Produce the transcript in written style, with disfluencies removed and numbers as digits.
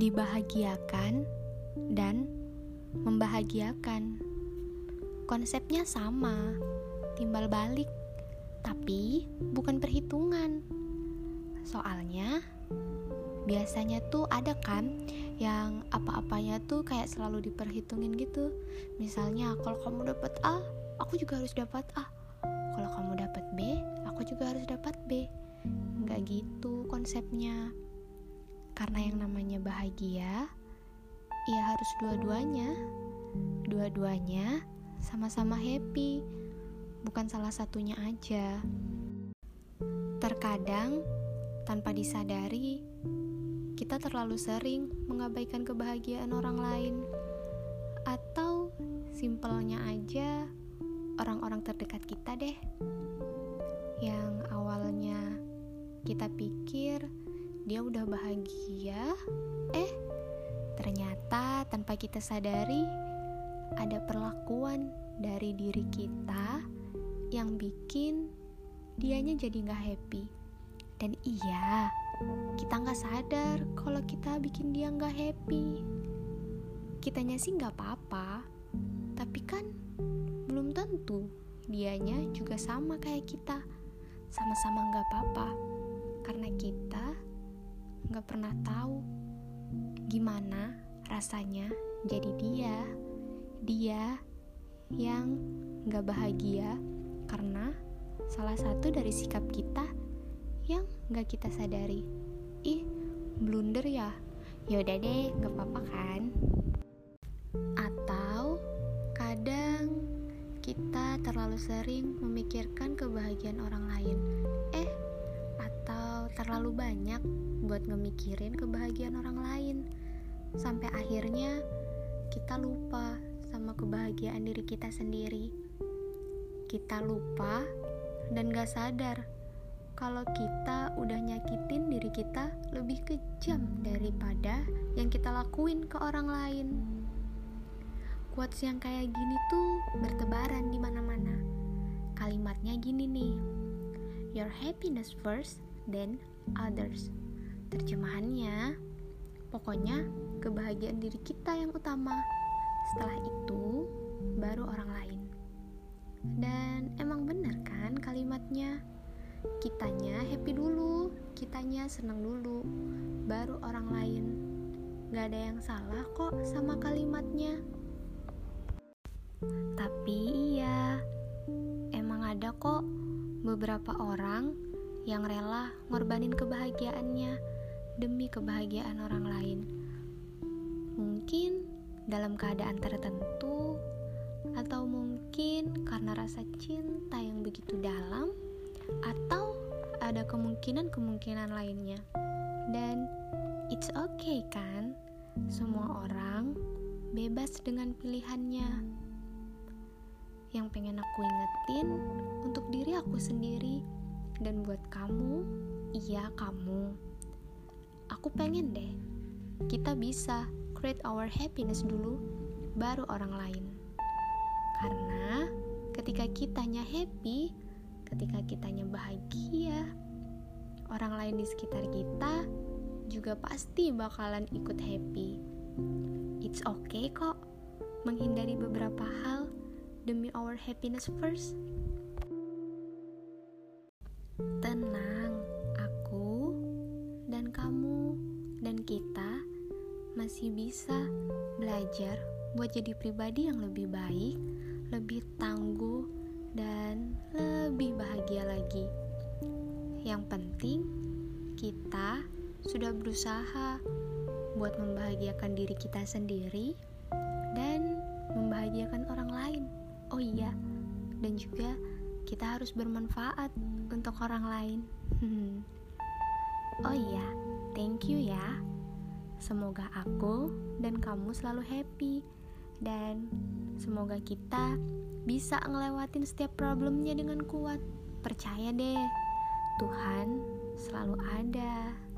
Dibahagiakan dan membahagiakan. Konsepnya sama, timbal balik, tapi bukan perhitungan. Soalnya biasanya tuh ada kan yang apa-apanya tuh kayak selalu diperhitungin gitu. Misalnya kalau kamu dapat A, aku juga harus dapat A. Kalau kamu dapat B, aku juga harus dapat B. Nggak gitu konsepnya. Karena yang namanya bahagia, ya harus dua-duanya. Dua-duanya sama-sama happy, bukan salah satunya aja. Terkadang, tanpa disadari, kita terlalu sering mengabaikan kebahagiaan orang lain. Atau simpelnya aja, orang-orang terdekat kita deh. Yang awalnya kita pikir dia udah bahagia, ternyata tanpa kita sadari ada perlakuan dari diri kita yang bikin dianya jadi gak happy. Dan iya, kita gak sadar kalau kita bikin dia gak happy. Kitanya sih gak apa-apa, tapi kan belum tentu dianya juga sama kayak kita, sama-sama gak apa-apa. Karena kita gak pernah tahu gimana rasanya jadi dia yang gak bahagia karena salah satu dari sikap kita yang gak kita sadari. Blunder ya? Yaudah deh, gak apa-apa kan? Atau kadang kita terlalu sering memikirkan kebahagiaan orang lain, atau terlalu banyak buat ngemikirin kebahagiaan orang lain, sampai akhirnya kita lupa sama kebahagiaan diri kita sendiri. Kita lupa dan gak sadar kalau kita udah nyakitin diri kita lebih kejam daripada yang kita lakuin ke orang lain. Quotes yang kayak gini tuh bertebaran di mana-mana. Kalimatnya gini nih, your happiness first, then others. Terjemahannya, pokoknya kebahagiaan diri kita yang utama. Setelah itu, baru orang lain. Dan emang bener kan kalimatnya? Kitanya happy dulu, kitanya seneng dulu, baru orang lain. Gak ada yang salah kok sama kalimatnya. Tapi iya, emang ada kok beberapa orang yang rela ngorbanin kebahagiaannya demi kebahagiaan orang lain. Mungkin dalam keadaan tertentu, atau mungkin karena rasa cinta yang begitu dalam, atau ada kemungkinan-kemungkinan lainnya. Dan it's okay kan? Semua orang bebas dengan pilihannya. Yang pengen aku ingetin untuk diri aku sendiri dan buat kamu, iya kamu. Aku pengen deh kita bisa create our happiness dulu, baru orang lain. Karena ketika kitanya happy, ketika kitanya bahagia, orang lain di sekitar kita juga pasti bakalan ikut happy. It's okay kok menghindari beberapa hal demi our happiness first. Tenang, aku dan kamu dan kita masih bisa belajar buat jadi pribadi yang lebih baik, lebih tangguh, dan lebih bahagia lagi. Yang penting kita sudah berusaha buat membahagiakan diri kita sendiri dan membahagiakan orang lain. Oh iya, dan juga kita harus bermanfaat untuk orang lain. Oh iya, thank you ya. Semoga aku dan kamu selalu happy, dan semoga kita bisa ngelewatin setiap problemnya dengan kuat. Percaya deh, Tuhan selalu ada.